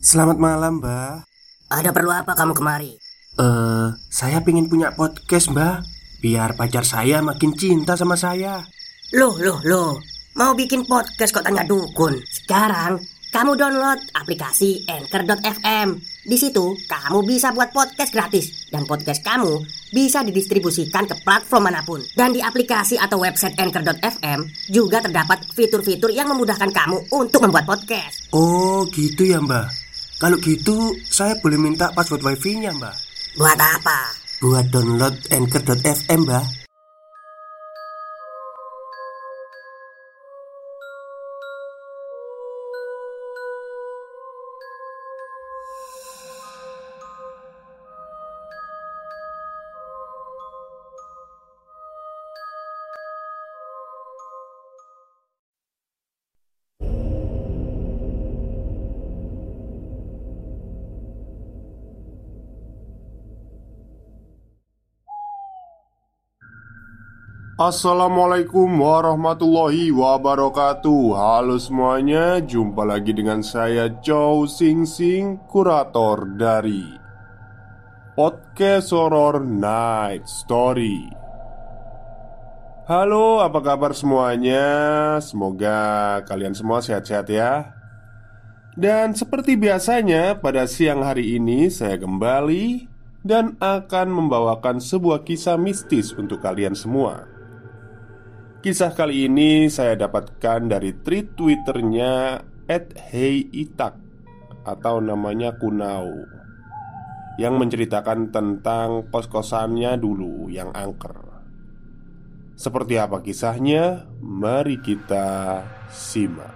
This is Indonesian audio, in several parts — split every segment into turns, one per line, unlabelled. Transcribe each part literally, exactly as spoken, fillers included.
Selamat malam, Mbak.
Ada perlu apa kamu kemari?
Eh, uh, saya pengen punya podcast, Mbak. Biar pacar saya makin cinta sama saya.
Loh, loh, loh. Mau bikin podcast kok tanya dukun? Sekarang kamu download aplikasi Anchor dot f m. Di situ kamu bisa buat podcast gratis dan podcast kamu bisa didistribusikan ke platform manapun. Dan di aplikasi atau website Anchor dot f m juga terdapat fitur-fitur yang memudahkan kamu untuk membuat podcast.
Oh, gitu ya, Mbak. Kalau gitu, saya boleh minta password wifi-nya, Mbak.
Buat apa?
Buat download Anchor dot f m, Mbak.
Assalamualaikum warahmatullahi wabarakatuh. Halo semuanya, jumpa lagi dengan saya Chow Sing Sing, kurator dari Podcast Horror Night Story. Halo, apa kabar semuanya? Semoga kalian semua sehat-sehat ya. Dan seperti biasanya, pada siang hari ini saya kembali dan akan membawakan sebuah kisah mistis untuk kalian semua. Kisah kali ini saya dapatkan dari tweet Twitternya et heiitak atau namanya Kunau, yang menceritakan tentang kos-kosannya dulu yang angker. Seperti apa kisahnya? Mari kita simak.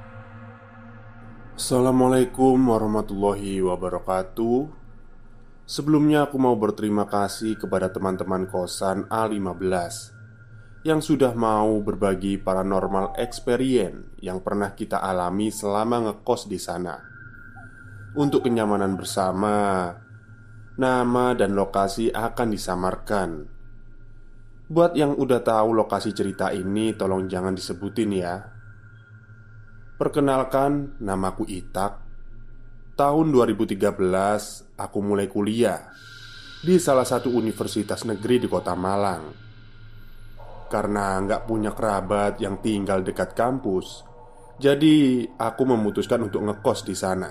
Assalamualaikum warahmatullahi wabarakatuh. Sebelumnya aku mau berterima kasih kepada teman-teman kosan A lima belas yang sudah mau berbagi paranormal experience yang pernah kita alami selama ngekos di sana. Untuk kenyamanan bersama, nama dan lokasi akan disamarkan. Buat yang udah tahu lokasi cerita ini, tolong jangan disebutin ya. Perkenalkan, namaku Itak. Tahun dua ribu tiga belas, aku mulai kuliah di salah satu universitas negeri di kota Malang. Karena nggak punya kerabat yang tinggal dekat kampus, jadi aku memutuskan untuk ngekos di sana.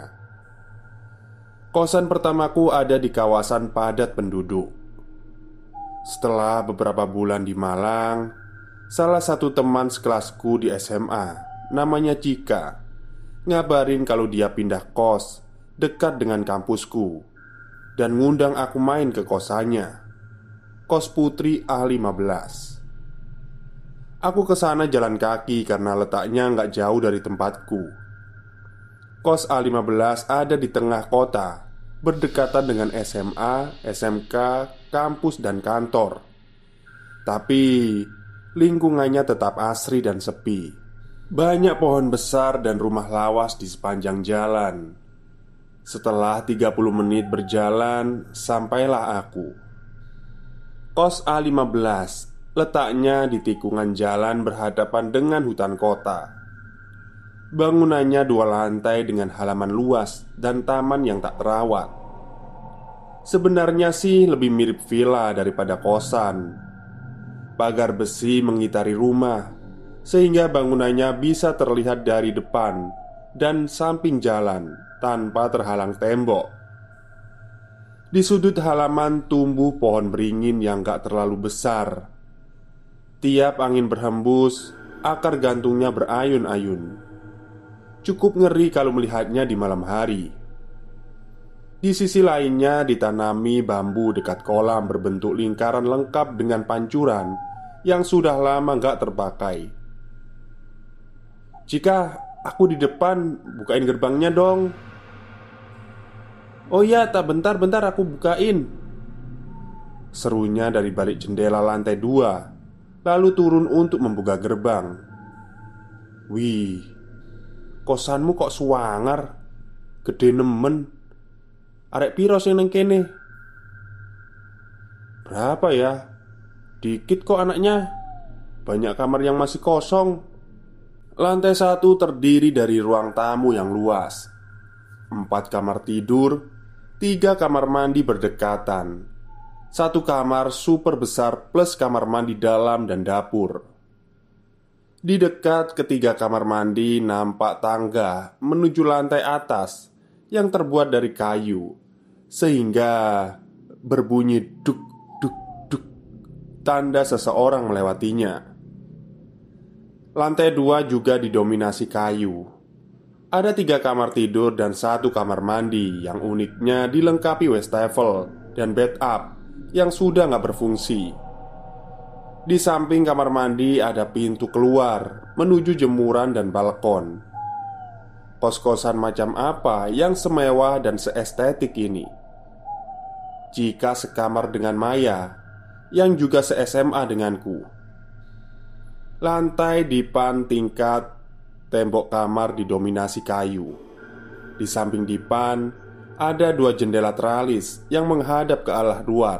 Kosan pertamaku ada di kawasan padat penduduk. Setelah beberapa bulan di Malang, salah satu teman sekelasku di S M A, namanya Cika, ngabarin kalau dia pindah kos dekat dengan kampusku dan ngundang aku main ke kosannya, kos Putri A lima belas. Aku kesana jalan kaki karena letaknya nggak jauh dari tempatku. Kos A lima belas ada di tengah kota, berdekatan dengan S M A, S M K, kampus dan kantor. Tapi lingkungannya tetap asri dan sepi. Banyak pohon besar dan rumah lawas di sepanjang jalan. Setelah tiga puluh menit berjalan, sampailah aku. Kos A lima belas letaknya di tikungan jalan berhadapan dengan hutan kota. Bangunannya dua lantai dengan halaman luas dan taman yang tak terawat. Sebenarnya sih lebih mirip villa daripada kosan. Pagar besi mengitari rumah, sehingga bangunannya bisa terlihat dari depan dan samping jalan tanpa terhalang tembok. Di sudut halaman tumbuh pohon beringin yang gak terlalu besar. Tiap angin berhembus, akar gantungnya berayun-ayun. Cukup ngeri kalau melihatnya di malam hari. Di sisi lainnya ditanami bambu dekat kolam berbentuk lingkaran lengkap dengan pancuran yang sudah lama gak terpakai. "Jika aku di depan, bukain gerbangnya dong." "Oh iya, tak bentar-bentar aku bukain," serunya dari balik jendela lantai dua, lalu turun untuk membuka gerbang. "Wih, kosanmu kok suangar, gede nemen. Arek piro sing nang kene?" "Berapa ya? Dikit kok anaknya. Banyak kamar yang masih kosong." Lantai satu terdiri dari ruang tamu yang luas. Empat kamar tidur, tiga kamar mandi berdekatan. Satu kamar super besar plus kamar mandi dalam dan dapur. Di dekat ketiga kamar mandi nampak tangga menuju lantai atas yang terbuat dari kayu, sehingga berbunyi duk duk duk, tanda seseorang melewatinya. Lantai dua juga didominasi kayu. Ada tiga kamar tidur dan satu kamar mandi yang uniknya dilengkapi wastafel dan bathtub yang sudah nggak berfungsi. Di samping kamar mandi ada pintu keluar menuju jemuran dan balkon. Kos-kosan macam apa yang semewah dan seestetik ini? Jika sekamar dengan Maya yang juga se-S M A denganku. Lantai dipan tingkat tembok kamar didominasi kayu. Di samping dipan ada dua jendela teralis yang menghadap ke arah luar.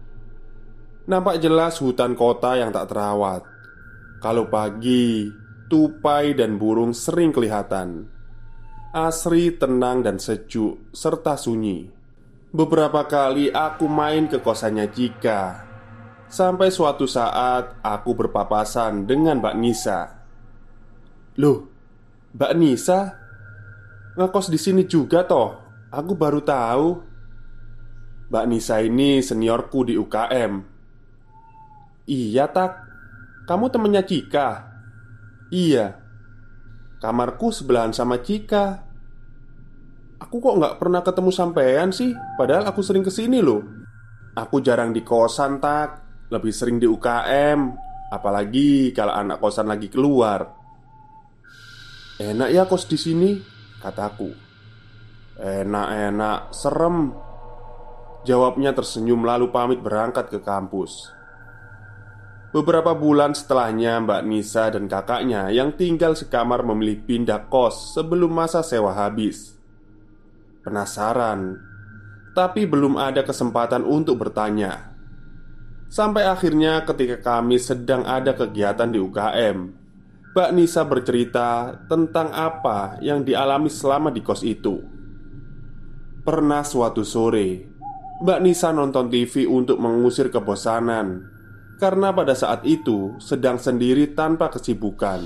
Nampak jelas hutan kota yang tak terawat. Kalau pagi, tupai dan burung sering kelihatan. Asri, tenang dan sejuk serta sunyi. Beberapa kali aku main ke kosannya Cika. Sampai suatu saat aku berpapasan dengan Mbak Nisa. Loh, Mbak Nisa ngekos di sini juga toh? Aku baru tahu. Mbak Nisa ini seniorku di U K M. Iya tak, kamu temennya Cika? Iya. Kamarku sebelahan sama Cika. Aku kok nggak pernah ketemu sampean sih? Padahal aku sering kesini loh. Aku jarang di kosan tak, lebih sering di U K M. Apalagi kalau anak kosan lagi keluar. Enak ya kos di sini, kataku. Enak-enak, serem. Jawabnya tersenyum lalu pamit berangkat ke kampus. Beberapa bulan setelahnya Mbak Nisa dan kakaknya yang tinggal sekamar memilih pindah kos sebelum masa sewa habis. Penasaran, tapi belum ada kesempatan untuk bertanya. Sampai akhirnya ketika kami sedang ada kegiatan di U K M, Mbak Nisa bercerita tentang apa yang dialami selama di kos itu. Pernah suatu sore, Mbak Nisa nonton T V untuk mengusir kebosanan, karena pada saat itu sedang sendiri tanpa kesibukan.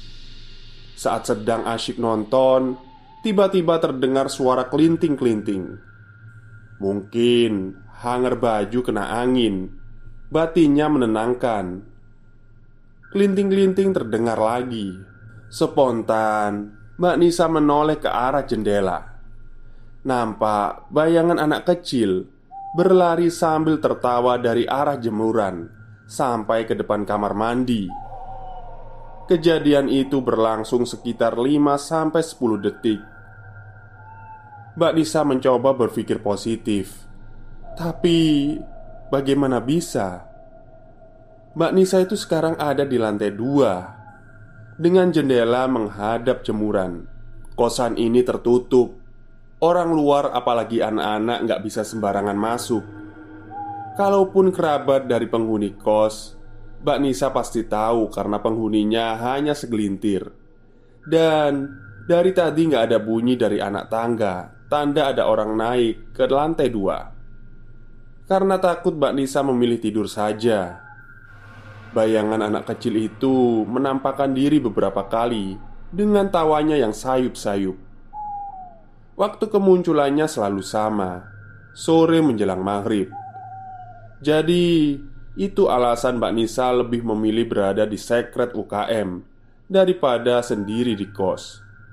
Saat sedang asyik nonton, tiba-tiba terdengar suara kelinting-kelinting. Mungkin hanger baju kena angin. Batinnya menenangkan. Kelinting-kelinting terdengar lagi. Spontan Mbak Nisa menoleh ke arah jendela. Nampak bayangan anak kecil berlari sambil tertawa dari arah jemuran sampai ke depan kamar mandi. Kejadian itu berlangsung sekitar lima sampai sepuluh detik. Mbak Nisa mencoba berpikir positif. Tapi bagaimana bisa? Mbak Nisa itu sekarang ada di lantai dua dengan jendela menghadap jemuran. Kosan ini tertutup. Orang luar apalagi anak-anak nggak bisa sembarangan masuk. Kalaupun kerabat dari penghuni kos, Mbak Nisa pasti tahu karena penghuninya hanya segelintir. Dan dari tadi nggak ada bunyi dari anak tangga, tanda ada orang naik ke lantai dua. Karena takut Mbak Nisa memilih tidur saja. Bayangan anak kecil itu menampakkan diri beberapa kali dengan tawanya yang sayup-sayup. Waktu kemunculannya selalu sama, sore menjelang maghrib. Jadi, itu alasan Mbak Nisa lebih memilih berada di sekret U K M daripada sendiri di kos.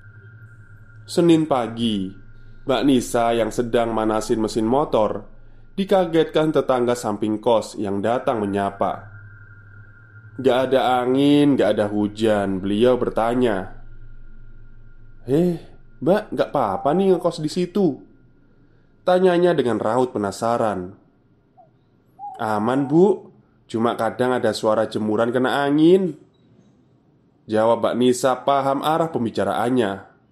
Senin pagi, Mbak Nisa yang sedang manasin mesin motor dikagetkan tetangga samping kos yang datang menyapa. Gak ada angin, gak ada hujan. Beliau bertanya, "Eh, Mbak, gak apa-apa nih ngekos di situ?" Tanyanya dengan raut penasaran. "Aman Bu, cuma kadang ada suara jemuran kena angin," jawab Mbak Nisa paham arah pembicaraannya.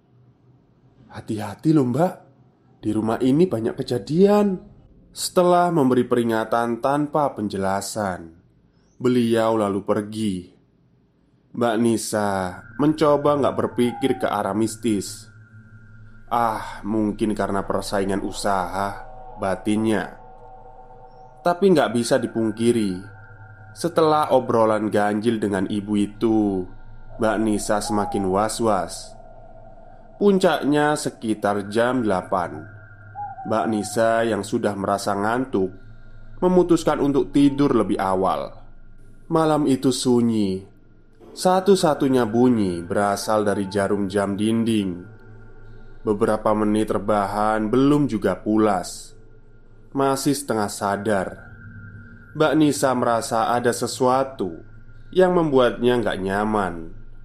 "Hati-hati loh Mbak, di rumah ini banyak kejadian." Setelah memberi peringatan tanpa penjelasan, beliau lalu pergi. Mbak Nisa mencoba gak berpikir ke arah mistis. Ah, mungkin karena persaingan usaha, batinnya. Tapi nggak bisa dipungkiri, setelah obrolan ganjil dengan ibu itu, Mbak Nisa semakin was-was. Puncaknya sekitar jam delapan. Mbak Nisa yang sudah merasa ngantuk memutuskan untuk tidur lebih awal. Malam itu sunyi. Satu-satunya bunyi berasal dari jarum jam dinding. Beberapa menit rebahan belum juga pulas. Masih setengah sadar, Mbak Nisa merasa ada sesuatu yang membuatnya nggak nyaman.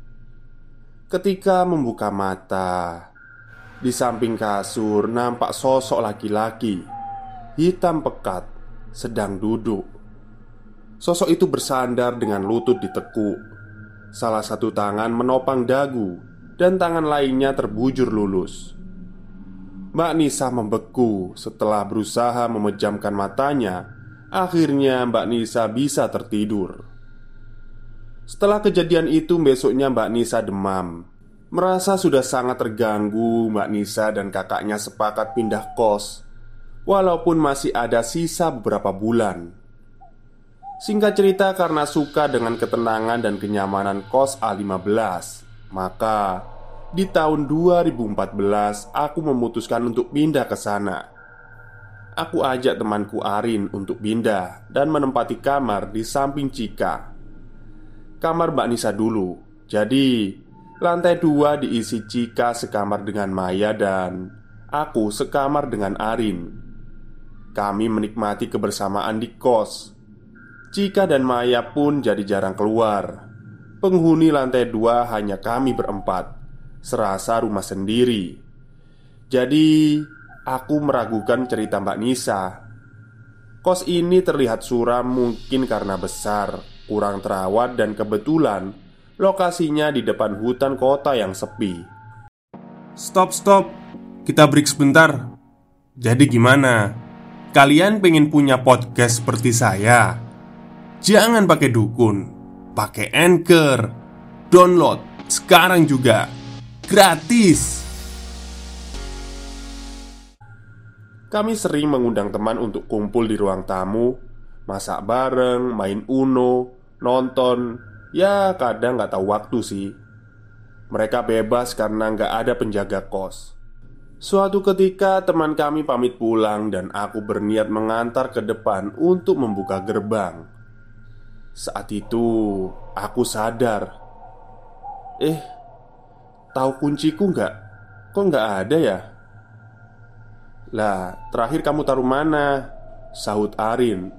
Ketika membuka mata, di samping kasur nampak sosok laki-laki hitam pekat sedang duduk. Sosok itu bersandar dengan lutut ditekuk. Salah satu tangan menopang dagu dan tangan lainnya terbujur lulus. Mbak Nisa membeku setelah berusaha memejamkan matanya. Akhirnya Mbak Nisa bisa tertidur. Setelah kejadian itu besoknya Mbak Nisa demam. Merasa sudah sangat terganggu, Mbak Nisa dan kakaknya sepakat pindah kos, walaupun masih ada sisa beberapa bulan. Singkat cerita, karena suka dengan ketenangan dan kenyamanan kos A lima belas, maka di tahun dua ribu empat belas aku memutuskan untuk pindah ke sana. Aku ajak temanku Arin untuk pindah dan menempati kamar di samping Cika. Kamar Mbak Nisa dulu. Jadi lantai dua diisi Cika sekamar dengan Maya dan aku sekamar dengan Arin. Kami menikmati kebersamaan di kos. Cika dan Maya pun jadi jarang keluar. Penghuni lantai dua hanya kami berempat, serasa rumah sendiri. Jadi aku meragukan cerita Mbak Nisa. Kos ini terlihat suram mungkin karena besar, kurang terawat, dan kebetulan lokasinya di depan hutan kota yang sepi.
Stop, stop. Kita break sebentar. Jadi gimana? Kalian pengen punya podcast seperti saya? Jangan pakai dukun, pakai Anchor. Download sekarang juga, gratis.
Kami sering mengundang teman untuk kumpul di ruang tamu, masak bareng, main Uno, nonton. Ya kadang nggak tahu waktu sih. Mereka bebas karena nggak ada penjaga kos. Suatu ketika teman kami pamit pulang dan aku berniat mengantar ke depan untuk membuka gerbang. Saat itu aku sadar, Eh, tahu kunciku nggak? Kok nggak ada ya? Lah, terakhir kamu taruh mana? Sahut Arin.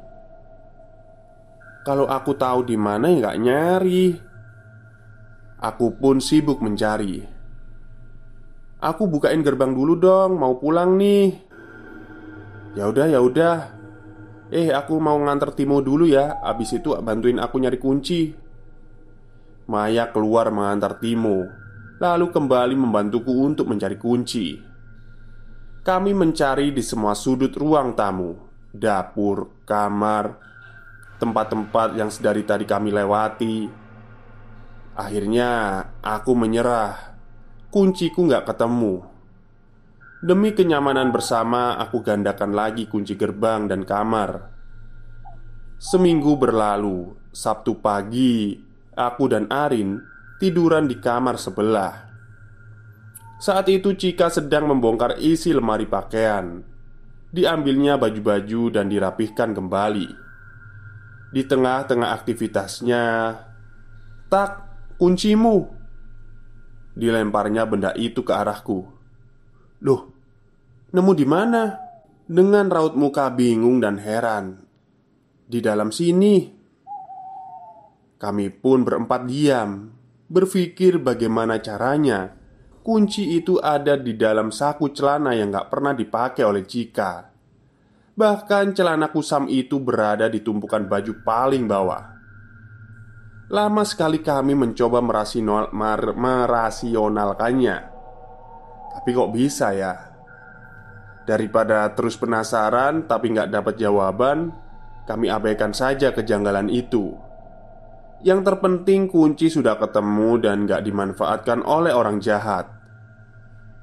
Kalau aku tahu di mana ya nggak nyari. Aku pun sibuk mencari. Aku bukain gerbang dulu dong, mau pulang nih. Ya udah, ya udah. Eh, aku mau nganter Timo dulu ya. Abis itu bantuin aku nyari kunci. Maya keluar mengantar Timo, lalu kembali membantuku untuk mencari kunci. Kami mencari di semua sudut ruang tamu, dapur, kamar, tempat-tempat yang sedari tadi kami lewati. Akhirnya aku menyerah. Kunciku nggak ketemu. Demi kenyamanan bersama, aku gandakan lagi kunci gerbang dan kamar. Seminggu berlalu. Sabtu pagi, aku dan Arin tiduran di kamar sebelah. Saat itu Cika sedang membongkar isi lemari pakaian. Diambilnya baju-baju dan dirapihkan kembali. Di tengah-tengah aktivitasnya, tak, kuncimu. Dilemparnya benda itu ke arahku. Loh, nemu di mana? Dengan raut muka bingung dan heran. Di dalam sini. Kami pun berempat diam, berpikir bagaimana caranya kunci itu ada di dalam saku celana yang gak pernah dipakai oleh Cika. Bahkan celana kusam itu berada di tumpukan baju paling bawah. Lama sekali kami mencoba merasional, mer, merasionalkannya. Tapi kok bisa ya? Daripada terus penasaran tapi gak dapat jawaban, kami abaikan saja kejanggalan itu. Yang terpenting kunci sudah ketemu dan gak dimanfaatkan oleh orang jahat.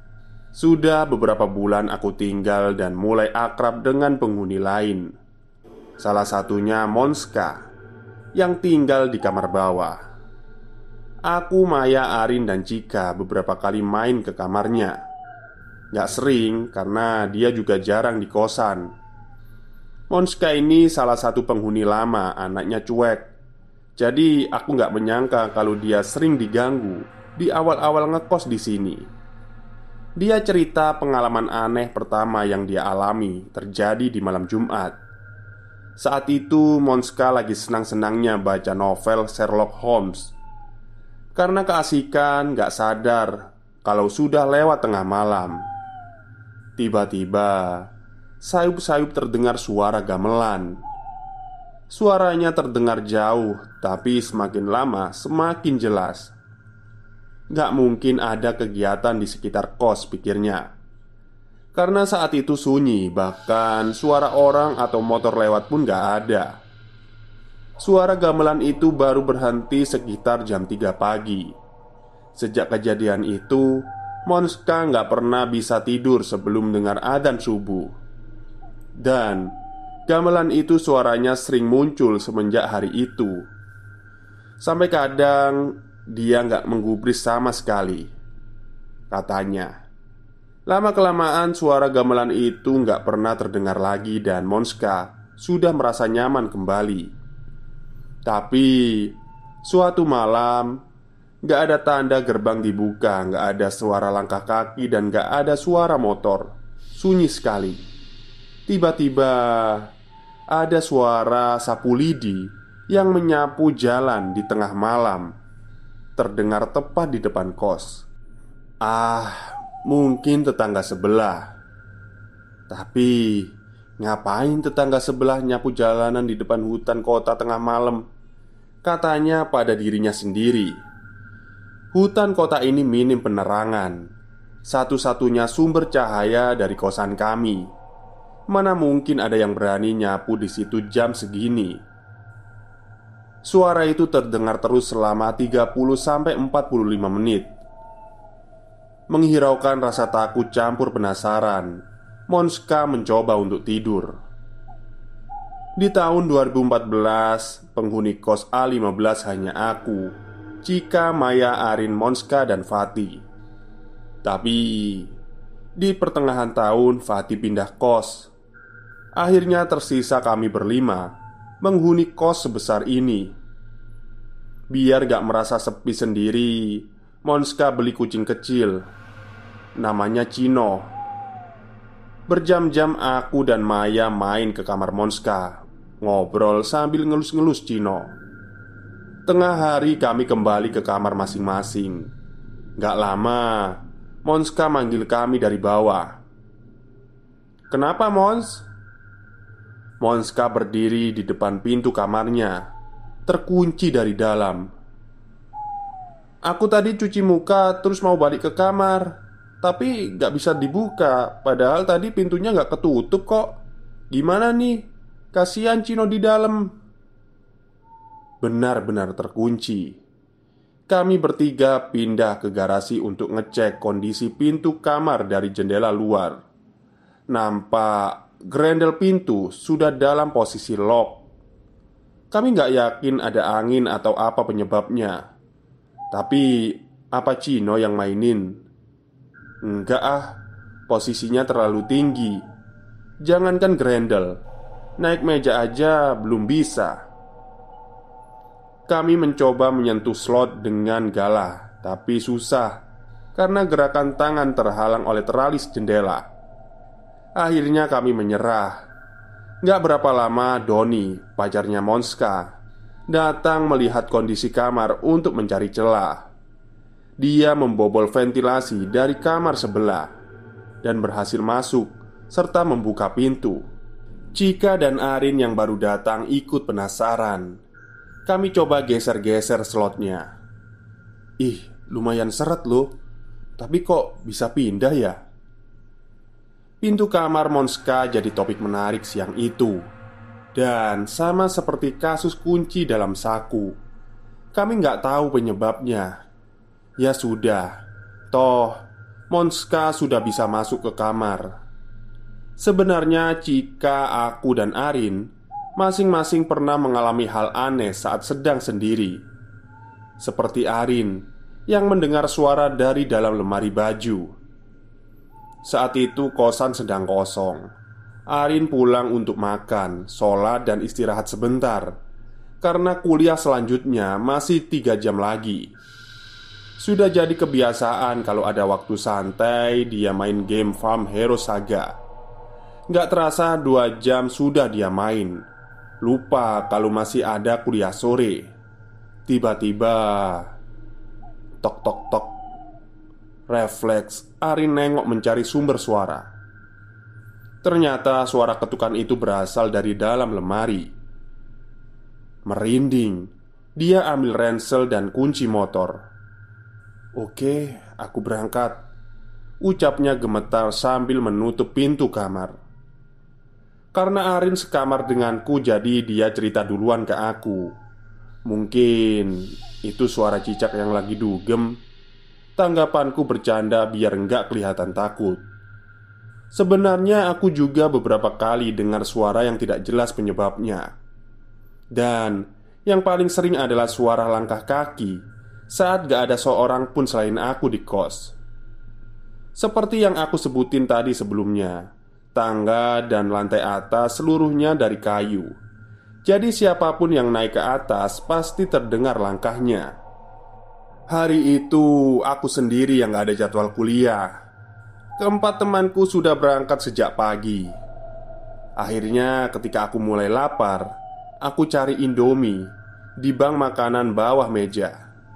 Sudah beberapa bulan aku tinggal dan mulai akrab dengan penghuni lain. Salah satunya Monska yang tinggal di kamar bawah. Aku, Maya, Arin, dan Cika beberapa kali main ke kamarnya. Gak sering karena dia juga jarang di kosan. Monska ini salah satu penghuni lama, anaknya cuek. Jadi aku gak menyangka kalau dia sering diganggu di awal-awal ngekos di sini. Dia cerita pengalaman aneh pertama yang dia alami terjadi di malam Jumat. Saat itu Monska lagi senang-senangnya baca novel Sherlock Holmes. Karena keasikan gak sadar kalau sudah lewat tengah malam. Tiba-tiba sayup-sayup terdengar suara gamelan. Suaranya terdengar jauh, tapi semakin lama semakin jelas. Gak mungkin ada kegiatan di sekitar kos, pikirnya. Karena saat itu sunyi, bahkan suara orang atau motor lewat pun gak ada. Suara gamelan itu baru berhenti sekitar jam tiga pagi. Sejak kejadian itu, Monska gak pernah bisa tidur sebelum dengar adzan subuh. Dan gamelan itu suaranya sering muncul semenjak hari itu. Sampai kadang dia gak menggubris sama sekali, katanya. Lama-kelamaan suara gamelan itu gak pernah terdengar lagi dan Monska sudah merasa nyaman kembali. Tapi suatu malam gak ada tanda gerbang dibuka, gak ada suara langkah kaki, dan gak ada suara motor. Sunyi sekali. Tiba-tiba ada suara sapu lidi yang menyapu jalan di tengah malam, terdengar tepat di depan kos. Ah, mungkin tetangga sebelah. Tapi ngapain tetangga sebelah nyapu jalanan di depan hutan kota tengah malam? Katanya pada dirinya sendiri. Hutan kota ini minim penerangan. Satu-satunya sumber cahaya dari kosan kami. Mana mungkin ada yang berani nyapu di situ jam segini. Suara itu terdengar terus selama tiga puluh sampai empat puluh lima menit. Menghiraukan rasa takut campur penasaran, Monska mencoba untuk tidur. Di tahun dua ribu empat belas, penghuni kos A lima belas hanya aku, Cika, Maya, Arin, Monska, dan Fati. Tapi di pertengahan tahun Fati pindah kos. Akhirnya tersisa kami berlima menghuni kos sebesar ini. Biar gak merasa sepi sendiri, Monska beli kucing kecil, namanya Cino. Berjam-jam aku dan Maya main ke kamar Monska, ngobrol sambil ngelus-ngelus Cino. Tengah hari kami kembali ke kamar masing-masing. Gak lama, Monska manggil kami dari bawah. "Kenapa, Mons?" Monska berdiri di depan pintu kamarnya, terkunci dari dalam. "Aku tadi cuci muka terus mau balik ke kamar, tapi gak bisa dibuka. Padahal tadi pintunya gak ketutup kok. Gimana nih? Kasihan Cino di dalam." Benar-benar terkunci. Kami bertiga pindah ke garasi untuk ngecek kondisi pintu kamar dari jendela luar. Nampak grendel pintu sudah dalam posisi lock. Kami gak yakin ada angin atau apa penyebabnya. Tapi apa Cino yang mainin? Enggak ah, posisinya terlalu tinggi. Jangankan grendel, naik meja aja belum bisa. Kami mencoba menyentuh slot dengan galah, tapi susah karena gerakan tangan terhalang oleh teralis jendela. Akhirnya kami menyerah. Gak berapa lama Doni, pacarnya Monska, datang melihat kondisi kamar untuk mencari celah. Dia membobol ventilasi dari kamar sebelah dan berhasil masuk serta membuka pintu. Cika dan Arin yang baru datang ikut penasaran. Kami coba geser-geser slotnya. Ih, lumayan seret loh. Tapi kok bisa pindah ya? Pintu kamar Monska jadi topik menarik siang itu. Dan sama seperti kasus kunci dalam saku, kami nggak tahu penyebabnya. Ya sudah, toh Monska sudah bisa masuk ke kamar. Sebenarnya Cika, aku, dan Arin masing-masing pernah mengalami hal aneh saat sedang sendiri. Seperti Arin yang mendengar suara dari dalam lemari baju. Saat itu kosan sedang kosong. Arin pulang untuk makan, sholat, dan istirahat sebentar karena kuliah selanjutnya masih tiga jam lagi. Sudah jadi kebiasaan kalau ada waktu santai dia main game Farm Hero Saga. Gak terasa dua jam sudah dia main. Lupa kalau masih ada kuliah sore. Tiba-tiba tok tok tok. Refleks Arin nengok mencari sumber suara. Ternyata suara ketukan itu berasal dari dalam lemari. Merinding, dia ambil ransel dan kunci motor. "Oke, aku berangkat," ucapnya gemetar sambil menutup pintu kamar. Karena Arin sekamar denganku, jadi dia cerita duluan ke aku. Mungkin itu suara cicak yang lagi dugem. Tanggapanku bercanda biar enggak kelihatan takut. Sebenarnya aku juga beberapa kali dengar suara yang tidak jelas penyebabnya. Dan yang paling sering adalah suara langkah kaki saat gak ada seorang pun selain aku di kos. Seperti yang aku sebutin tadi sebelumnya, tangga dan lantai atas seluruhnya dari kayu. Jadi siapapun yang naik ke atas pasti terdengar langkahnya. Hari itu aku sendiri yang gak ada jadwal kuliah. Keempat temanku sudah berangkat sejak pagi. Akhirnya ketika aku mulai lapar, aku cari Indomie di bank makanan bawah meja.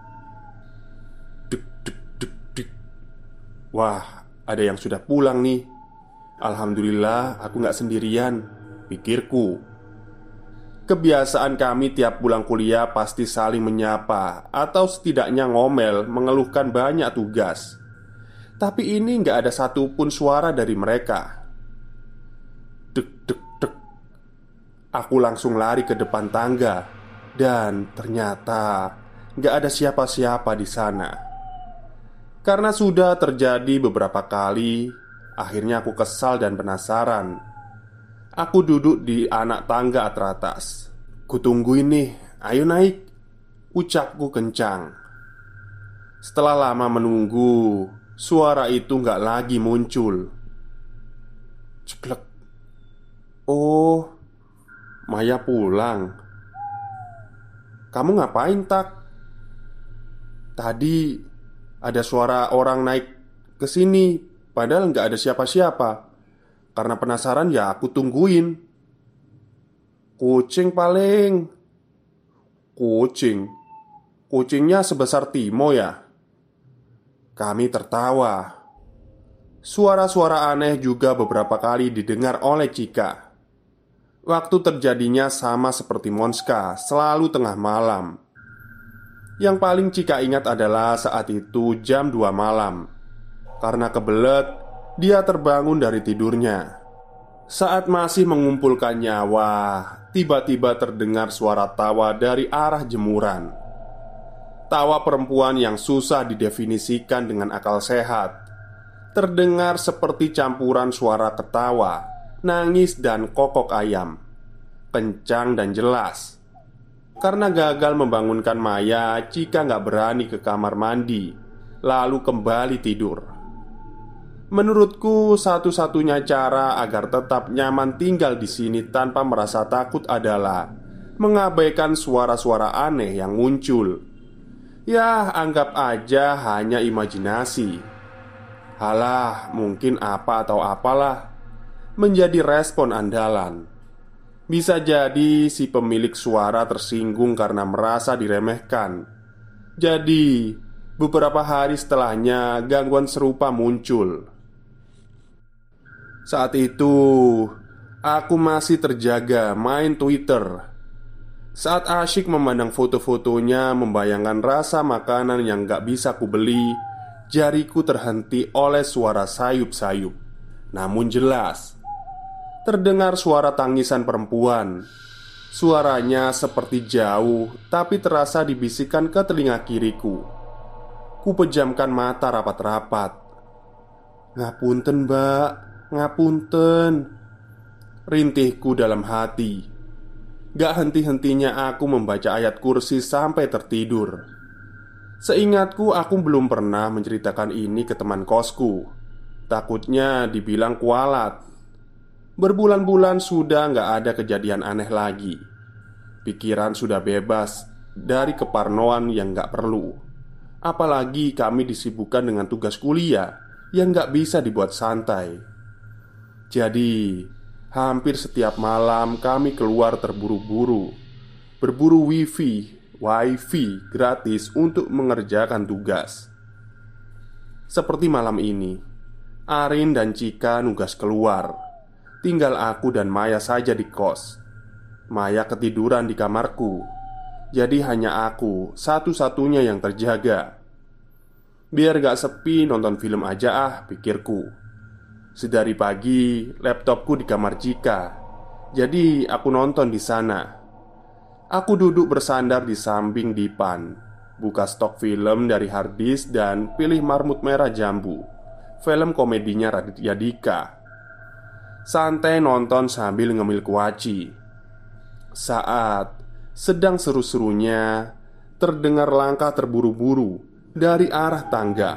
Duk, duk, duk, duk. Wah, ada yang sudah pulang nih. Alhamdulillah aku gak sendirian, pikirku. Kebiasaan kami tiap pulang kuliah pasti saling menyapa atau setidaknya ngomel mengeluhkan banyak tugas. Tapi ini gak ada satupun suara dari mereka. Dek, dek, dek. Aku langsung lari ke depan tangga. Dan ternyata gak ada siapa-siapa di sana. Karena sudah terjadi beberapa kali, akhirnya aku kesal dan penasaran. Aku duduk di anak tangga teratas. Kutungguin nih, ayo naik, ucapku kencang. Setelah lama menunggu, suara itu gak lagi muncul. Ceklek. Oh, Maya pulang. Kamu ngapain, Tak? Tadi ada suara orang naik ke sini, padahal nggak ada siapa-siapa. Karena penasaran ya aku tungguin. Kucing paling. Kucing? Kucingnya sebesar Timo ya? Kami tertawa. Suara-suara aneh juga beberapa kali didengar oleh Cika. Waktu terjadinya sama seperti Monska, selalu tengah malam. Yang paling Cika ingat adalah saat itu jam dua malam. Karena kebelet, dia terbangun dari tidurnya. Saat masih mengumpulkan nyawa, tiba-tiba terdengar suara tawa dari arah jemuran. Tawa perempuan yang susah didefinisikan dengan akal sehat. Terdengar seperti campuran suara ketawa, nangis, dan kokok ayam. Kencang dan jelas. Karena gagal membangunkan Maya, Cika gak berani ke kamar mandi, lalu kembali tidur. Menurutku, satu-satunya cara agar tetap nyaman tinggal di sini tanpa merasa takut adalah mengabaikan suara-suara aneh yang muncul. Ya, anggap aja hanya imajinasi. Halah, mungkin apa atau apalah menjadi respon andalan. Bisa jadi si pemilik suara tersinggung karena merasa diremehkan. Jadi, beberapa hari setelahnya gangguan serupa muncul. Saat itu, aku masih terjaga main Twitter. Saat asyik memandang foto-fotonya, membayangkan rasa makanan yang gak bisa kubeli, jariku terhenti oleh suara sayup-sayup. Namun jelas terdengar suara tangisan perempuan. Suaranya seperti jauh, tapi terasa dibisikkan ke telinga kiriku. Ku pejamkan mata rapat-rapat. "Ngapunten mbak, ngapunten," rintihku dalam hati. Gak henti-hentinya aku membaca ayat kursi sampai tertidur. Seingatku aku belum pernah menceritakan ini ke teman kosku. Takutnya dibilang kualat. Berbulan-bulan sudah gak ada kejadian aneh lagi. Pikiran sudah bebas dari keparnoan yang gak perlu. Apalagi kami disibukkan dengan tugas kuliah yang gak bisa dibuat santai. Jadi, hampir setiap malam kami keluar terburu-buru, berburu wifi, wifi gratis untuk mengerjakan tugas. Seperti malam ini, Arin dan Cika nugas keluar. Tinggal aku dan Maya saja di kos. Maya ketiduran di kamarku. Jadi hanya aku satu-satunya yang terjaga. Biar gak sepi nonton film aja ah, pikirku. Sedari pagi laptopku di kamar Cika. Jadi aku nonton di sana. Aku duduk bersandar di samping dipan, buka stok film dari harddisk dan pilih Marmut Merah Jambu, film komedinya Raditya Dika. Santai nonton sambil ngemil kuaci. Saat sedang seru-serunya, terdengar langkah terburu-buru dari arah tangga.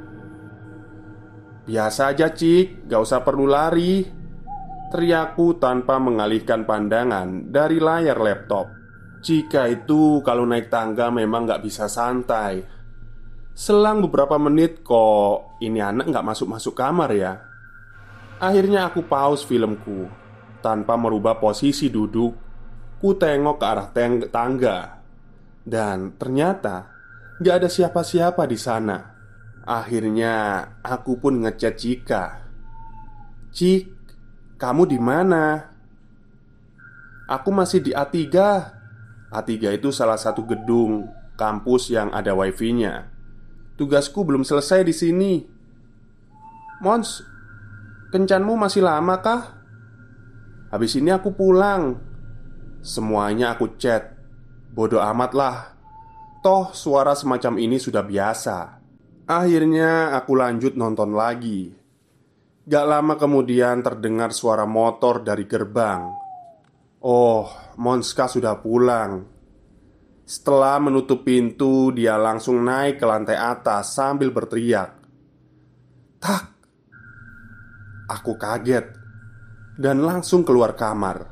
"Biasa aja Cik, gak usah perlu lari," teriakku tanpa mengalihkan pandangan dari layar laptop. Cika itu kalau naik tangga memang gak bisa santai. Selang beberapa menit kok ini anak gak masuk-masuk kamar ya. Akhirnya aku pause filmku. Tanpa merubah posisi duduk, ku tengok ke arah tangga. Dan ternyata gak ada siapa-siapa di sana. Akhirnya aku pun ngechat Cika. "Cik, kamu di mana?" "Aku masih di A tiga." A tiga itu salah satu gedung kampus yang ada wifi-nya. "Tugasku belum selesai di sini." "Mons, kencanmu masih lama kah?" "Habis ini aku pulang." Semuanya aku chat. Bodoh amat lah. Toh suara semacam ini sudah biasa. Akhirnya aku lanjut nonton lagi. Gak lama kemudian terdengar suara motor dari gerbang. Oh, Monska sudah pulang. Setelah menutup pintu, dia langsung naik ke lantai atas sambil berteriak, "Tak!" Aku kaget dan langsung keluar kamar.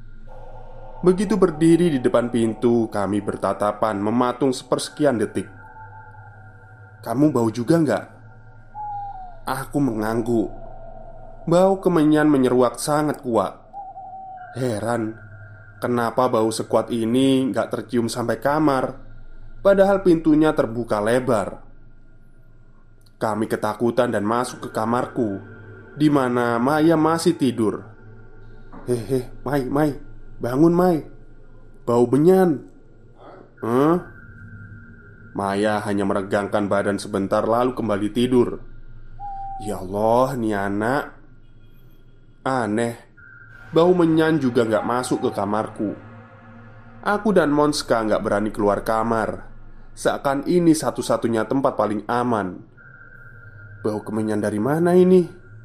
Begitu berdiri di depan pintu, kami bertatapan mematung sepersekian detik. "Kamu bau juga nggak?" Aku mengangguk. Bau kemenyan menyeruak sangat kuat. Heran, kenapa bau sekuat ini nggak tercium sampai kamar, padahal pintunya terbuka lebar. Kami ketakutan dan masuk ke kamarku, di mana Maya masih tidur. "Hehe, Mai, Mai, bangun Mai, bau benyan." "Huh?" Maya hanya meregangkan badan sebentar lalu kembali tidur. Ya Allah, nih anak. Aneh, bau menyan juga gak masuk ke kamarku. Aku dan Monska gak berani keluar kamar. Seakan ini satu-satunya tempat paling aman. Bau kemenyan dari mana ini?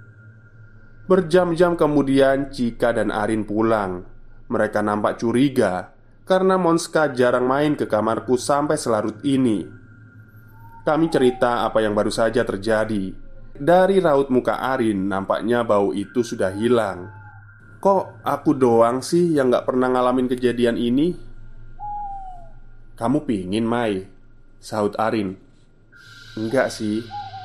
Berjam-jam kemudian Cika dan Arin pulang. Mereka nampak curiga karena Monska jarang main ke kamarku sampai selarut ini. Kami cerita apa yang baru saja terjadi. Dari raut muka Arin, nampaknya bau itu sudah hilang. "Kok aku doang sih yang gak pernah ngalamin kejadian ini?" "Kamu pingin, Mai?" sahut Arin. "Enggak sih."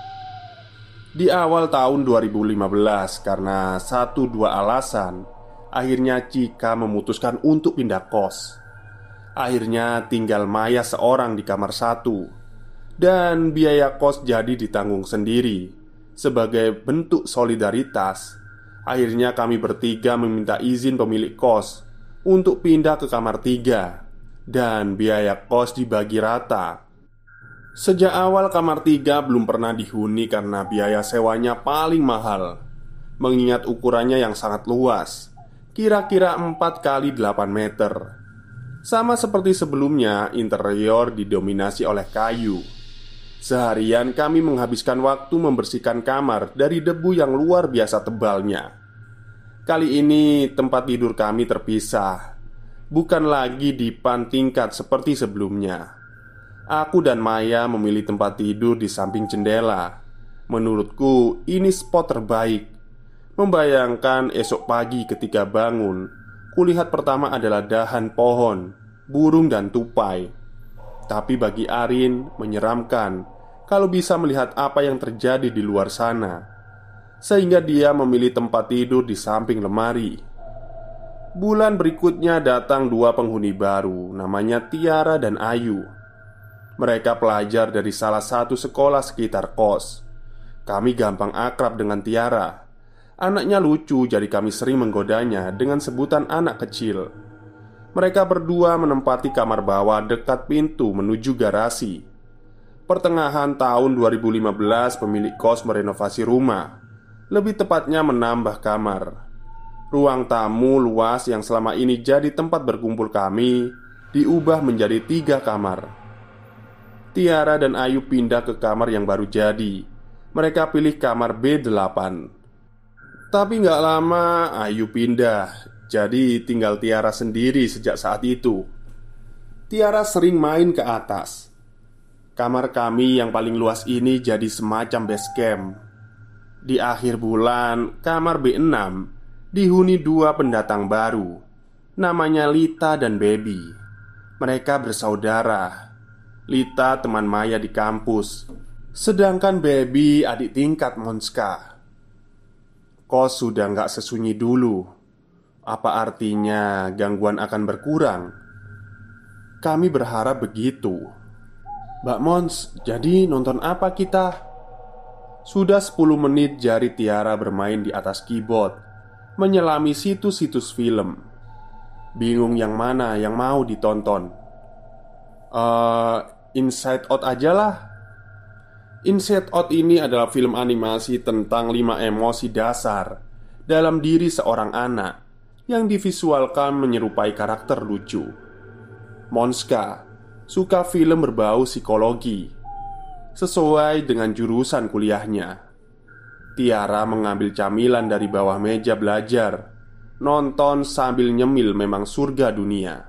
Di awal tahun dua ribu lima belas, karena satu dua alasan, akhirnya Cika memutuskan untuk pindah kos. Akhirnya tinggal Maya seorang di kamar satu. Dan biaya kos jadi ditanggung sendiri. Sebagai bentuk solidaritas, akhirnya kami bertiga meminta izin pemilik kos untuk pindah ke kamar tiga. Dan biaya kos dibagi rata. Sejak awal kamar tiga belum pernah dihuni karena biaya sewanya paling mahal. Mengingat ukurannya yang sangat luas, kira-kira empat kali delapan meter. Sama seperti sebelumnya, interior didominasi oleh kayu. Seharian kami menghabiskan waktu membersihkan kamar dari debu yang luar biasa tebalnya. Kali ini tempat tidur kami terpisah, bukan lagi dipan tingkat seperti sebelumnya. Aku dan Maya memilih tempat tidur di samping jendela. Menurutku ini spot terbaik. Membayangkan esok pagi ketika bangun, kulihat pertama adalah dahan pohon, burung dan tupai. Tapi bagi Arin menyeramkan kalau bisa melihat apa yang terjadi di luar sana, sehingga dia memilih tempat tidur di samping lemari. Bulan berikutnya datang dua penghuni baru, namanya Tiara dan Ayu. Mereka pelajar dari salah satu sekolah sekitar kos. Kami gampang akrab dengan Tiara. Anaknya lucu, jadi kami sering menggodanya dengan sebutan anak kecil. Mereka berdua menempati kamar bawah dekat pintu menuju garasi. Pertengahan tahun dua ribu lima belas, pemilik kos merenovasi rumah. Lebih tepatnya menambah kamar. Ruang tamu luas yang selama ini jadi tempat berkumpul kami diubah menjadi tiga kamar. Tiara dan Ayu pindah ke kamar yang baru jadi. Mereka pilih kamar B delapan. Tapi nggak lama Ayu pindah, jadi tinggal Tiara sendiri sejak saat itu. Tiara sering main ke atas. Kamar kami yang paling luas ini jadi semacam base camp. Di akhir bulan, kamar B enam dihuni dua pendatang baru, namanya Lita dan Baby. Mereka bersaudara. Lita teman Maya di kampus, sedangkan Baby adik tingkat Monska. Kos sudah nggak sesunyi dulu. Apa artinya gangguan akan berkurang? Kami berharap begitu. Mbak Mons, jadi nonton apa kita? Sudah sepuluh menit jari Tiara bermain di atas keyboard, menyelami situs-situs film. Bingung yang mana yang mau ditonton. Uh, Inside Out aja lah. Inside Out ini adalah film animasi tentang lima emosi dasar dalam diri seorang anak yang divisualkan menyerupai karakter lucu. Monska suka film berbau psikologi sesuai dengan jurusan kuliahnya. Tiara mengambil camilan dari bawah meja belajar, nonton sambil nyemil memang surga dunia.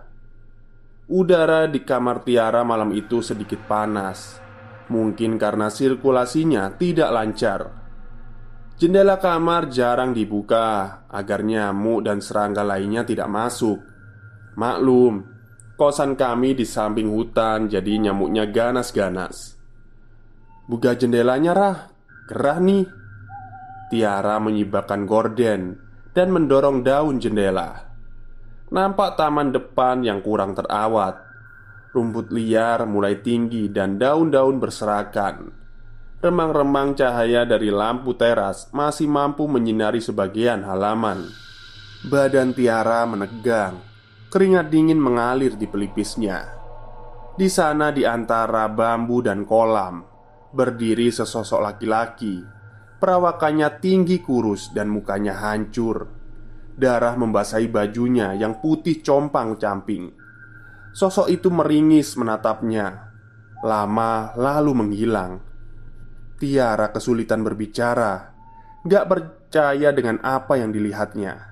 Udara di kamar Tiara malam itu sedikit panas. Mungkin karena sirkulasinya tidak lancar. Jendela kamar jarang dibuka agar nyamuk dan serangga lainnya tidak masuk. Maklum, kosan kami di samping hutan, jadi nyamuknya ganas-ganas. Buka jendelanya, Rah, gerah nih. Tiara menyibakkan gorden dan mendorong daun jendela. Nampak taman depan yang kurang terawat. Rumput liar mulai tinggi dan daun-daun berserakan. Remang-remang cahaya dari lampu teras masih mampu menyinari sebagian halaman. Badan Tiara menegang. Keringat dingin mengalir di pelipisnya. Di sana di antara bambu dan kolam berdiri sesosok laki-laki. Perawakannya tinggi kurus dan mukanya hancur. Darah membasahi bajunya yang putih compang-camping. Sosok itu meringis menatapnya. Lama lalu menghilang. Tiara kesulitan berbicara. Gak percaya dengan apa yang dilihatnya.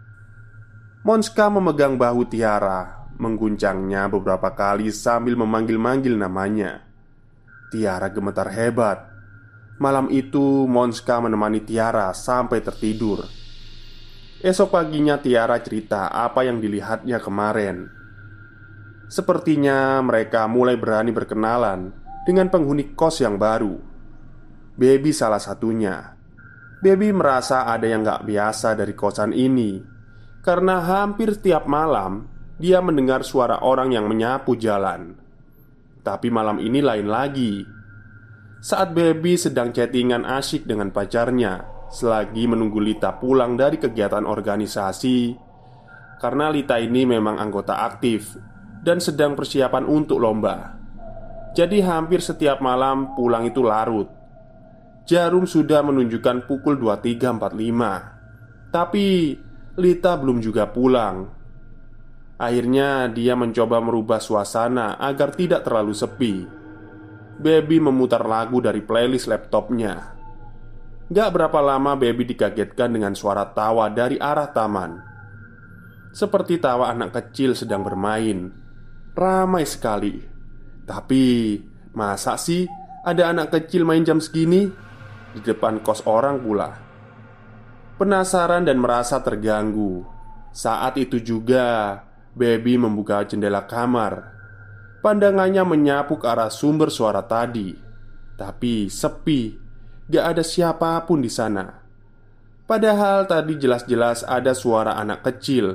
Monska memegang bahu Tiara, mengguncangnya beberapa kali sambil memanggil-manggil namanya. Tiara gemetar hebat. Malam itu Monska menemani Tiara sampai tertidur. Esok paginya Tiara cerita apa yang dilihatnya kemarin. Sepertinya mereka mulai berani berkenalan dengan penghuni kos yang baru. Baby salah satunya. Baby merasa ada yang gak biasa dari kosan ini, karena hampir setiap malam dia mendengar suara orang yang menyapu jalan. Tapi malam ini lain lagi. Saat Baby sedang chattingan asyik dengan pacarnya selagi menunggu Lita pulang dari kegiatan organisasi. Karena Lita ini memang anggota aktif dan sedang persiapan untuk lomba. Jadi hampir setiap malam pulang itu larut. Jarum sudah menunjukkan pukul dua puluh tiga empat puluh lima. Tapi Lita belum juga pulang. Akhirnya dia mencoba merubah suasana agar tidak terlalu sepi. Baby memutar lagu dari playlist laptopnya. Gak berapa lama Baby dikagetkan dengan suara tawa dari arah taman. Seperti tawa anak kecil sedang bermain. Ramai sekali. Tapi masa sih ada anak kecil main jam segini? Di depan kos orang pula. Penasaran dan merasa terganggu. Saat itu juga Baby membuka jendela kamar. Pandangannya menyapu ke arah sumber suara tadi. Tapi sepi. Gak ada siapapun di sana. Padahal tadi jelas-jelas ada suara anak kecil.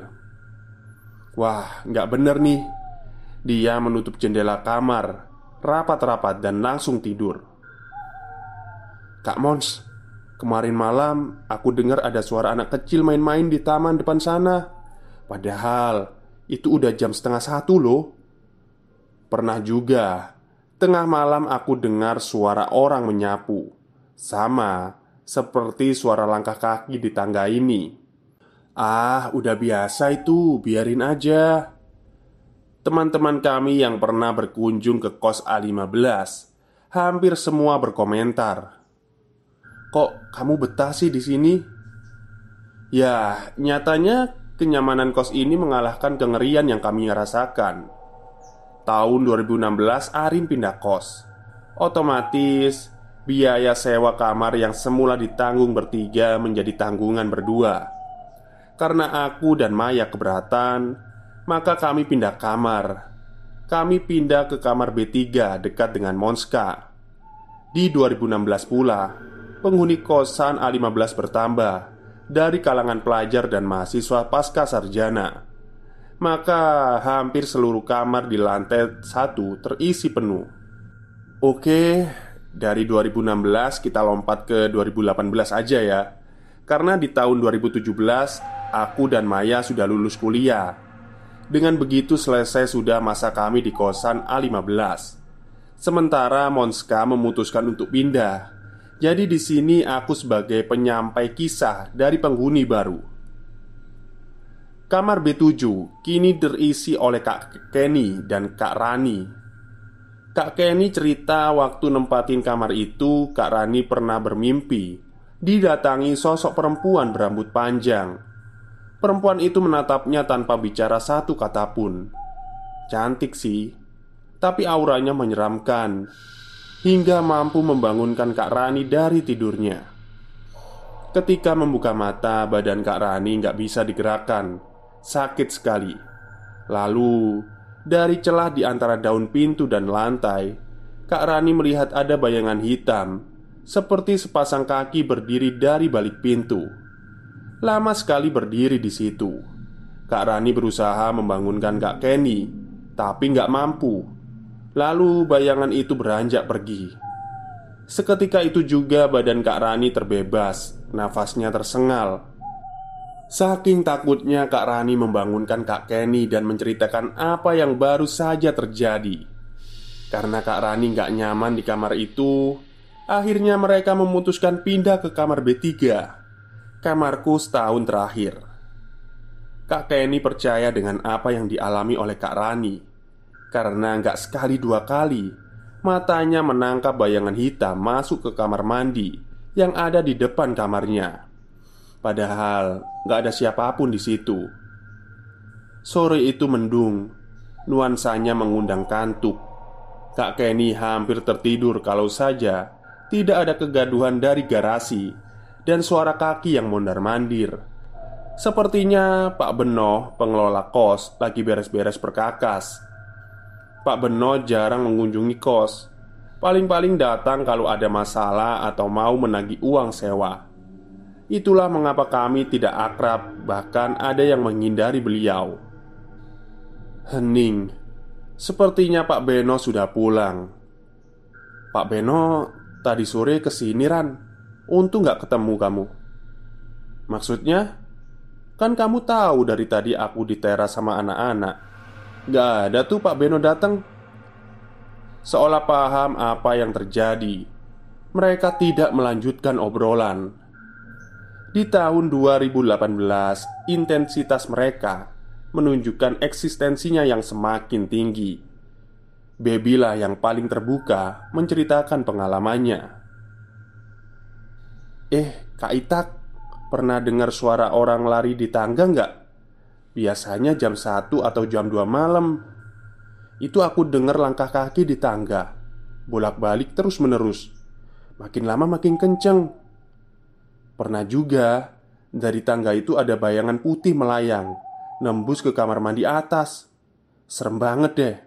Wah, gak bener nih. Dia menutup jendela kamar rapat-rapat dan langsung tidur. "Kak Mons, kemarin malam aku dengar ada suara anak kecil main-main di taman depan sana. Padahal itu udah jam setengah satu loh." Pernah juga tengah malam aku dengar suara orang menyapu. Sama seperti suara langkah kaki di tangga ini. "Ah, udah biasa itu, biarin aja." Teman-teman kami yang pernah berkunjung ke kos A lima belas hampir semua berkomentar, "Kok kamu betah sih di sini?" Ya, nyatanya kenyamanan kos ini mengalahkan kengerian yang kami rasakan. Tahun dua ribu enam belas Arin pindah kos. Otomatis biaya sewa kamar yang semula ditanggung bertiga menjadi tanggungan berdua. Karena aku dan Maya keberatan, maka kami pindah kamar. Kami pindah ke kamar B tiga dekat dengan Monska. Di dua ribu enam belas pula, penghuni kosan A lima belas bertambah dari kalangan pelajar dan mahasiswa pasca sarjana. Maka hampir seluruh kamar di lantai satu terisi penuh. Oke, dari dua ribu enam belas kita lompat ke dua ribu delapan belas aja ya. Karena di tahun dua ribu tujuh belas aku dan Maya sudah lulus kuliah. Dengan begitu selesai sudah masa kami di kosan A lima belas. Sementara Monska memutuskan untuk pindah. Jadi di sini aku sebagai penyampai kisah dari penghuni baru. Kamar B tujuh kini terisi oleh Kak Kenny dan Kak Rani. Kak Kenny cerita waktu nempatin kamar itu, Kak Rani pernah bermimpi didatangi sosok perempuan berambut panjang. Perempuan itu menatapnya tanpa bicara satu kata pun. Cantik sih, tapi auranya menyeramkan, hingga mampu membangunkan Kak Rani dari tidurnya. Ketika membuka mata, badan Kak Rani nggak bisa digerakkan. Sakit sekali. Lalu, dari celah di antara daun pintu dan lantai, Kak Rani melihat ada bayangan hitam, seperti sepasang kaki berdiri dari balik pintu. Lama sekali berdiri di situ. Kak Rani berusaha membangunkan Kak Kenny, tapi nggak mampu. Lalu bayangan itu beranjak pergi. Seketika itu juga badan Kak Rani terbebas, nafasnya tersengal. Saking takutnya Kak Rani membangunkan Kak Kenny dan menceritakan apa yang baru saja terjadi. Karena Kak Rani gak nyaman di kamar itu, akhirnya mereka memutuskan pindah ke kamar B tiga, kamarku setahun terakhir. Kak Kenny percaya dengan apa yang dialami oleh Kak Rani. Karena gak sekali dua kali matanya menangkap bayangan hitam masuk ke kamar mandi yang ada di depan kamarnya. Padahal gak ada siapapun di situ. Sore itu mendung, nuansanya mengundang kantuk. Kak Kenny hampir tertidur kalau saja tidak ada kegaduhan dari garasi dan suara kaki yang mondar-mandir. Sepertinya Pak Beno, pengelola kos, lagi beres-beres perkakas. Pak Beno jarang mengunjungi kos. Paling-paling datang kalau ada masalah atau mau menagih uang sewa. Itulah mengapa kami tidak akrab, bahkan ada yang menghindari beliau. Hening. Sepertinya Pak Beno sudah pulang. "Pak Beno, tadi sore kesini Ran. Untung gak ketemu kamu." "Maksudnya? Kan kamu tahu dari tadi aku di teras sama anak-anak. Gak ada tuh Pak Beno datang." Seolah paham apa yang terjadi, mereka tidak melanjutkan obrolan. Di tahun dua ribu delapan belas, intensitas mereka menunjukkan eksistensinya yang semakin tinggi. Baby lah yang paling terbuka menceritakan pengalamannya. "Eh, Kak Itak, pernah dengar suara orang lari di tangga nggak? Biasanya jam satu atau jam dua malam. Itu aku dengar langkah kaki di tangga, bolak-balik terus-menerus. Makin lama makin kenceng. Pernah juga dari tangga itu ada bayangan putih melayang, nembus ke kamar mandi atas. Serem banget deh.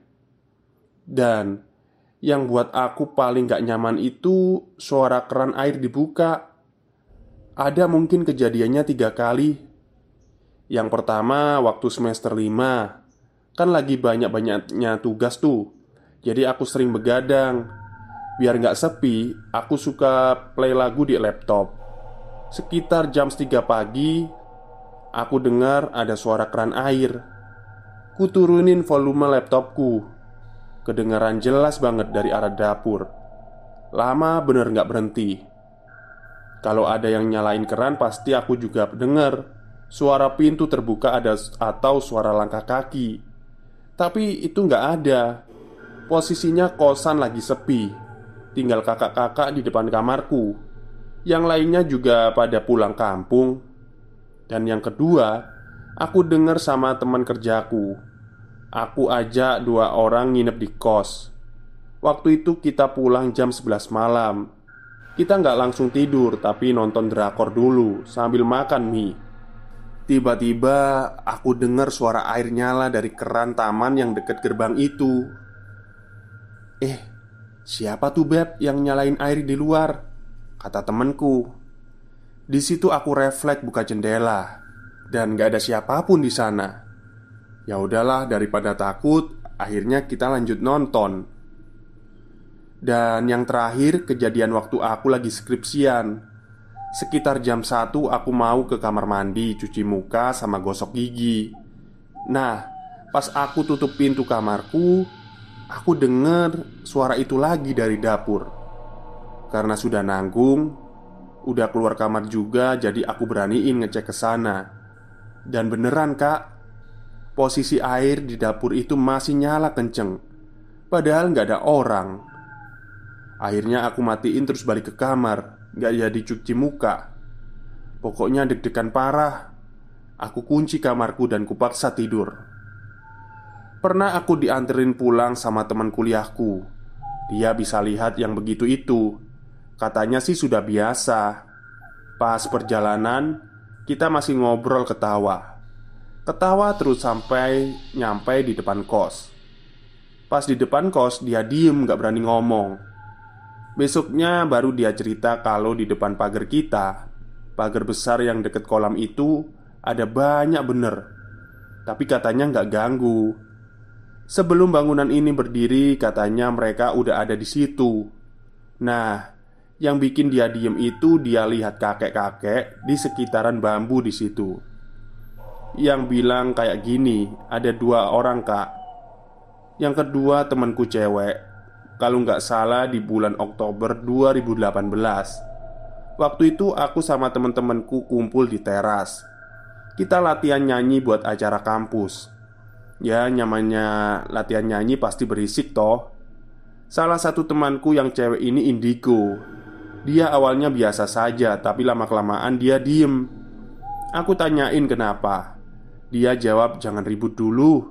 Dan yang buat aku paling gak nyaman itu suara keran air dibuka. Ada mungkin kejadiannya tiga kali. Yang pertama waktu semester lima. Kan lagi banyak-banyaknya tugas tuh. Jadi aku sering begadang. Biar gak sepi, aku suka play lagu di laptop. Sekitar jam tiga pagi, aku dengar ada suara keran air. Kuturunin volume laptopku. Kedengaran jelas banget dari arah dapur. Lama bener gak berhenti. Kalau ada yang nyalain keran pasti aku juga dengar suara pintu terbuka ada atau suara langkah kaki. Tapi itu gak ada. Posisinya kosan lagi sepi. Tinggal kakak-kakak di depan kamarku. Yang lainnya juga pada pulang kampung. Dan yang kedua, aku dengar sama teman kerjaku. Aku ajak dua orang nginep di kos. Waktu itu kita pulang jam sebelas malam. Kita nggak langsung tidur, tapi nonton drakor dulu sambil makan mie. Tiba-tiba aku dengar suara air nyala dari keran taman yang deket gerbang itu. "Eh, siapa tuh Beb yang nyalain air di luar?" kata temenku. Di situ aku refleks buka jendela dan gak ada siapapun di sana. Ya udahlah, daripada takut, akhirnya kita lanjut nonton. Dan yang terakhir kejadian waktu aku lagi skripsian. Sekitar jam satu aku mau ke kamar mandi, cuci muka sama gosok gigi. Nah, pas aku tutup pintu kamarku, aku denger suara itu lagi dari dapur. Karena sudah nanggung, udah keluar kamar juga, jadi aku beraniin ngecek ke sana. Dan beneran Kak, posisi air di dapur itu masih nyala kenceng. Padahal nggak ada orang. Akhirnya aku matiin terus balik ke kamar. Nggak jadi cuci muka. Pokoknya deg-degan parah. Aku kunci kamarku dan kupaksa tidur. Pernah aku dianterin pulang sama teman kuliahku. Dia bisa lihat yang begitu itu. Katanya sih sudah biasa. Pas perjalanan, kita masih ngobrol ketawa. Ketawa terus sampai nyampe di depan kos. Pas di depan kos dia diem gak berani ngomong. Besoknya baru dia cerita kalau di depan pagar kita, pagar besar yang deket kolam itu, ada banyak bener. Tapi katanya gak ganggu. Sebelum bangunan ini berdiri katanya mereka udah ada di situ. Nah, yang bikin dia diem itu dia lihat kakek-kakek di sekitaran bambu di situ. Yang bilang kayak gini, ada dua orang Kak. Yang kedua temanku cewek. Kalau nggak salah di bulan Oktober dua ribu delapan belas. Waktu itu aku sama teman-temanku kumpul di teras. Kita latihan nyanyi buat acara kampus. Ya namanya latihan nyanyi pasti berisik toh. Salah satu temanku yang cewek ini indigo. Dia awalnya biasa saja, tapi lama-kelamaan dia diem. Aku tanyain kenapa. Dia jawab jangan ribut dulu.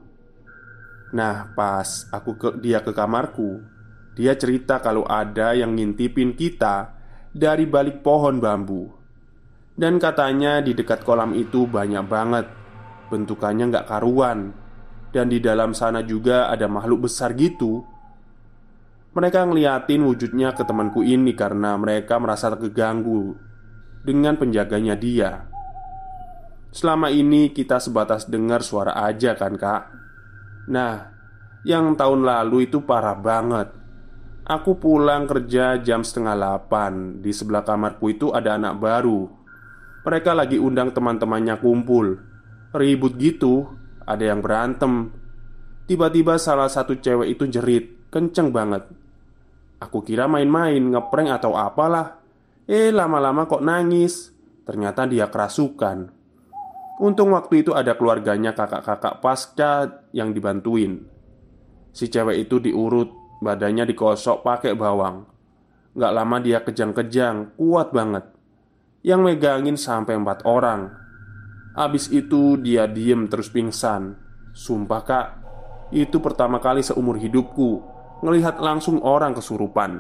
Nah pas aku ke, dia ke kamarku, dia cerita kalau ada yang ngintipin kita dari balik pohon bambu. Dan katanya di dekat kolam itu banyak banget. Bentukannya gak karuan. Dan di dalam sana juga ada makhluk besar gitu. Mereka ngeliatin wujudnya ke temanku ini karena mereka merasa keganggu dengan penjaganya dia. Selama ini kita sebatas dengar suara aja kan Kak. Nah, yang tahun lalu itu parah banget. Aku pulang kerja jam setengah delapan. Di sebelah kamarku itu ada anak baru. Mereka lagi undang teman-temannya kumpul. Ribut gitu, ada yang berantem. Tiba-tiba salah satu cewek itu jerit, kenceng banget. Aku kira main-main, ngeprank atau apalah. Eh lama-lama kok nangis. Ternyata dia kerasukan. Untung waktu itu ada keluarganya kakak-kakak pasca yang dibantuin. Si cewek itu diurut, badannya dikosok pakai bawang. Gak lama dia kejang-kejang, kuat banget. Yang megangin sampai empat orang. Abis itu dia diem terus pingsan. Sumpah kak, itu pertama kali seumur hidupku ngelihat langsung orang kesurupan.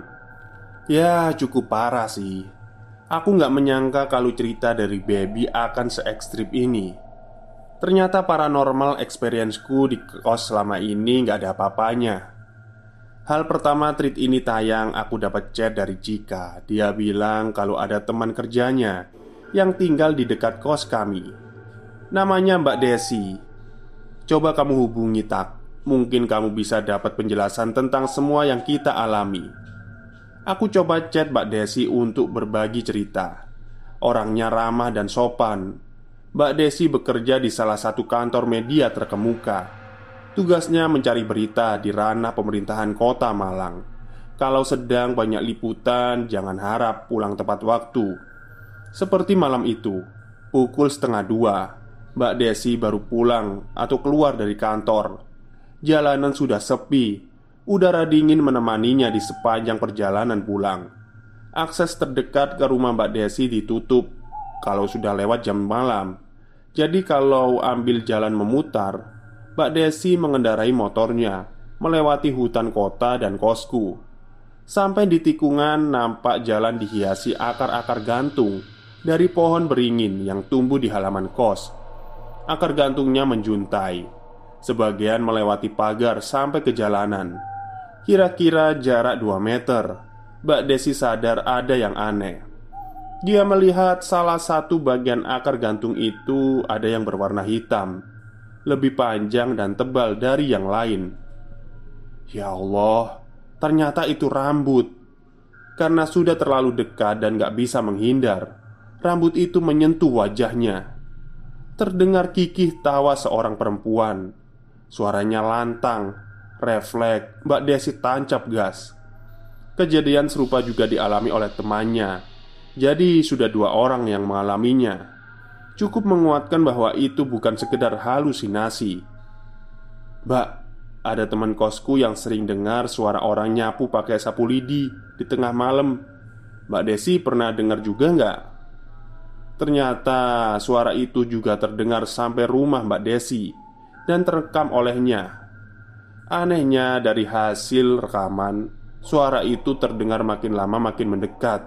Ya cukup parah sih. Aku gak menyangka kalau cerita dari Baby akan se-ekstrim ini. Ternyata paranormal experience-ku di kos selama ini gak ada apa-apanya. Hal pertama tweet ini tayang, aku dapat chat dari Cika. Dia bilang kalau ada teman kerjanya yang tinggal di dekat kos kami. Namanya Mbak Desi. Coba kamu hubungi Tak. Mungkin kamu bisa dapat penjelasan tentang semua yang kita alami. Aku coba chat Mbak Desi untuk berbagi cerita. Orangnya ramah dan sopan. Mbak Desi bekerja di salah satu kantor media terkemuka. Tugasnya mencari berita di ranah pemerintahan kota Malang. Kalau sedang banyak liputan, jangan harap pulang tepat waktu. Seperti malam itu, pukul setengah dua, Mbak Desi baru pulang atau keluar dari kantor. Jalanan sudah sepi. Udara dingin menemaninya di sepanjang perjalanan pulang. Akses terdekat ke rumah Mbak Desi ditutup kalau sudah lewat jam malam. Jadi kalau ambil jalan memutar, Mbak Desi mengendarai motornya melewati hutan kota dan kosku. Sampai di tikungan nampak jalan dihiasi akar-akar gantung dari pohon beringin yang tumbuh di halaman kos. Akar gantungnya menjuntai. Sebagian melewati pagar sampai ke jalanan. Kira-kira jarak dua meter. Mbak Desi sadar ada yang aneh. Dia melihat salah satu bagian akar gantung itu ada yang berwarna hitam, lebih panjang dan tebal dari yang lain. Ya Allah, ternyata itu rambut. Karena sudah terlalu dekat dan gak bisa menghindar, rambut itu menyentuh wajahnya. Terdengar kikih tawa seorang perempuan. Suaranya lantang. Refleks, Mbak Desi tancap gas. Kejadian serupa juga dialami oleh temannya. Jadi sudah dua orang yang mengalaminya. Cukup menguatkan bahwa itu bukan sekedar halusinasi. Mbak, ada teman kosku yang sering dengar suara orang nyapu pakai sapu lidi di tengah malam. Mbak Desi pernah dengar juga nggak? Ternyata suara itu juga terdengar sampai rumah Mbak Desi dan terekam olehnya. Anehnya dari hasil rekaman, suara itu terdengar makin lama makin mendekat.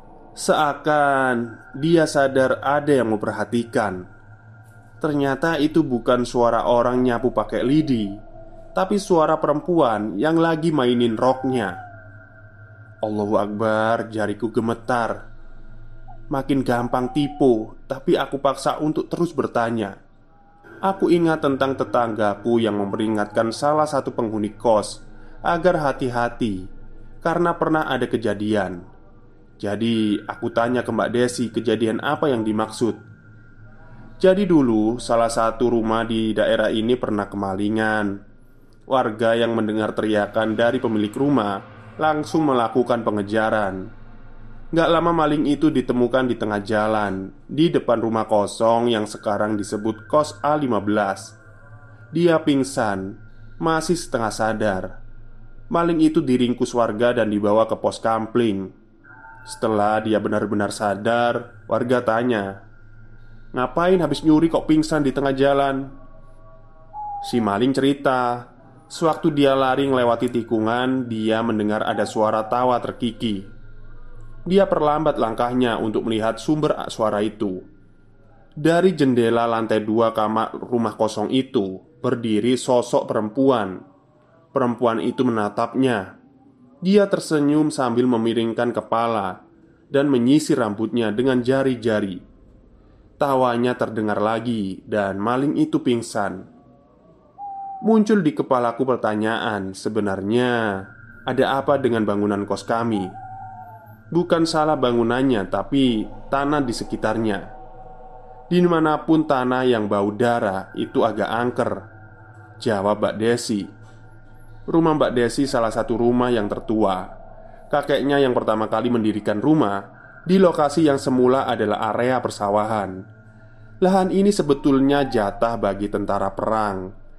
Seakan dia sadar ada yang memperhatikan. Ternyata itu bukan suara orang nyapu pakai lidi, tapi suara perempuan yang lagi mainin roknya. Allahu Akbar, jariku gemetar. Makin gampang tipu, tapi aku paksa untuk terus bertanya. Aku ingat tentang tetanggaku yang memperingatkan salah satu penghuni kos agar hati-hati karena pernah ada kejadian. Jadi aku tanya ke Mbak Desi kejadian apa yang dimaksud. Jadi dulu salah satu rumah di daerah ini pernah kemalingan. Warga yang mendengar teriakan dari pemilik rumah langsung melakukan pengejaran. Gak lama maling itu ditemukan di tengah jalan di depan rumah kosong yang sekarang disebut kos A lima belas. Dia pingsan, masih setengah sadar. Maling itu diringkus warga dan dibawa ke pos kampling. Setelah dia benar-benar sadar, warga tanya, "Ngapain habis nyuri kok pingsan di tengah jalan?" Si maling cerita, sewaktu dia lari melewati tikungan, dia mendengar ada suara tawa terkikih. Dia perlambat langkahnya untuk melihat sumber suara itu. Dari jendela lantai dua kamar rumah kosong itu berdiri sosok perempuan. Perempuan itu menatapnya. Dia tersenyum sambil memiringkan kepala dan menyisir rambutnya dengan jari-jari. Tawanya terdengar lagi dan maling itu pingsan. Muncul di kepalaku pertanyaan, sebenarnya ada apa dengan bangunan kos kami? Bukan salah bangunannya, tapi tanah di sekitarnya. Dimanapun tanah yang bau darah itu agak angker, jawab Mbak Desi. Rumah Mbak Desi salah satu rumah yang tertua. Kakeknya yang pertama kali mendirikan rumah di lokasi yang semula adalah area persawahan. Lahan ini sebetulnya jatah bagi tentara perang.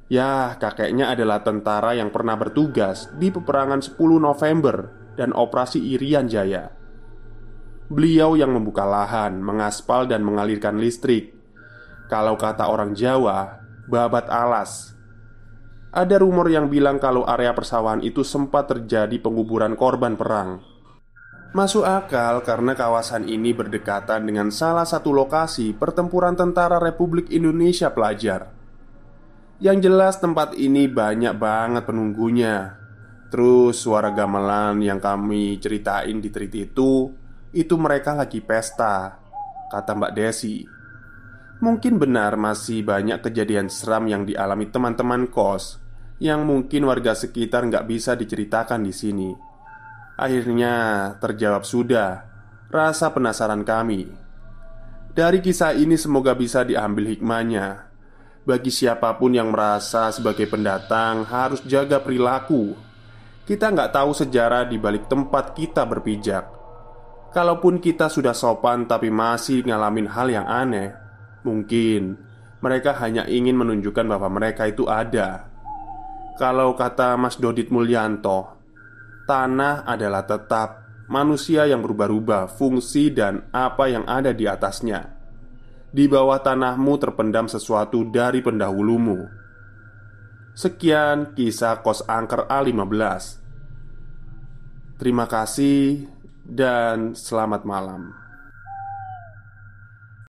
Ya, kakeknya adalah tentara yang pernah bertugas di peperangan sepuluh November dan Operasi Irian Jaya. Beliau yang membuka lahan, mengaspal dan mengalirkan listrik. Kalau kata orang Jawa, babat alas. Ada rumor yang bilang kalau area persawahan itu sempat terjadi penguburan korban perang. Masuk akal karena kawasan ini berdekatan dengan salah satu lokasi pertempuran tentara Republik Indonesia Pelajar. Yang jelas tempat ini banyak banget penunggunya. Terus suara gamelan yang kami ceritain di treat itu Itu mereka lagi pesta, kata Mbak Desi. Mungkin benar masih banyak kejadian seram yang dialami teman-teman kos, yang mungkin warga sekitar nggak bisa diceritakan di sini. Akhirnya terjawab sudah rasa penasaran kami. Dari kisah ini semoga bisa diambil hikmahnya. Bagi siapapun yang merasa sebagai pendatang harus jaga perilaku. Kita nggak tahu sejarah di balik tempat kita berpijak. Kalaupun kita sudah sopan tapi masih ngalamin hal yang aneh, mungkin mereka hanya ingin menunjukkan bahwa mereka itu ada. Kalau kata Mas Dodit Mulyanto, tanah adalah tetap, manusia yang berubah-ubah fungsi dan apa yang ada di atasnya. Di bawah tanahmu terpendam sesuatu dari pendahulumu. Sekian kisah Kos Angker A lima belas. Terima kasih dan selamat malam.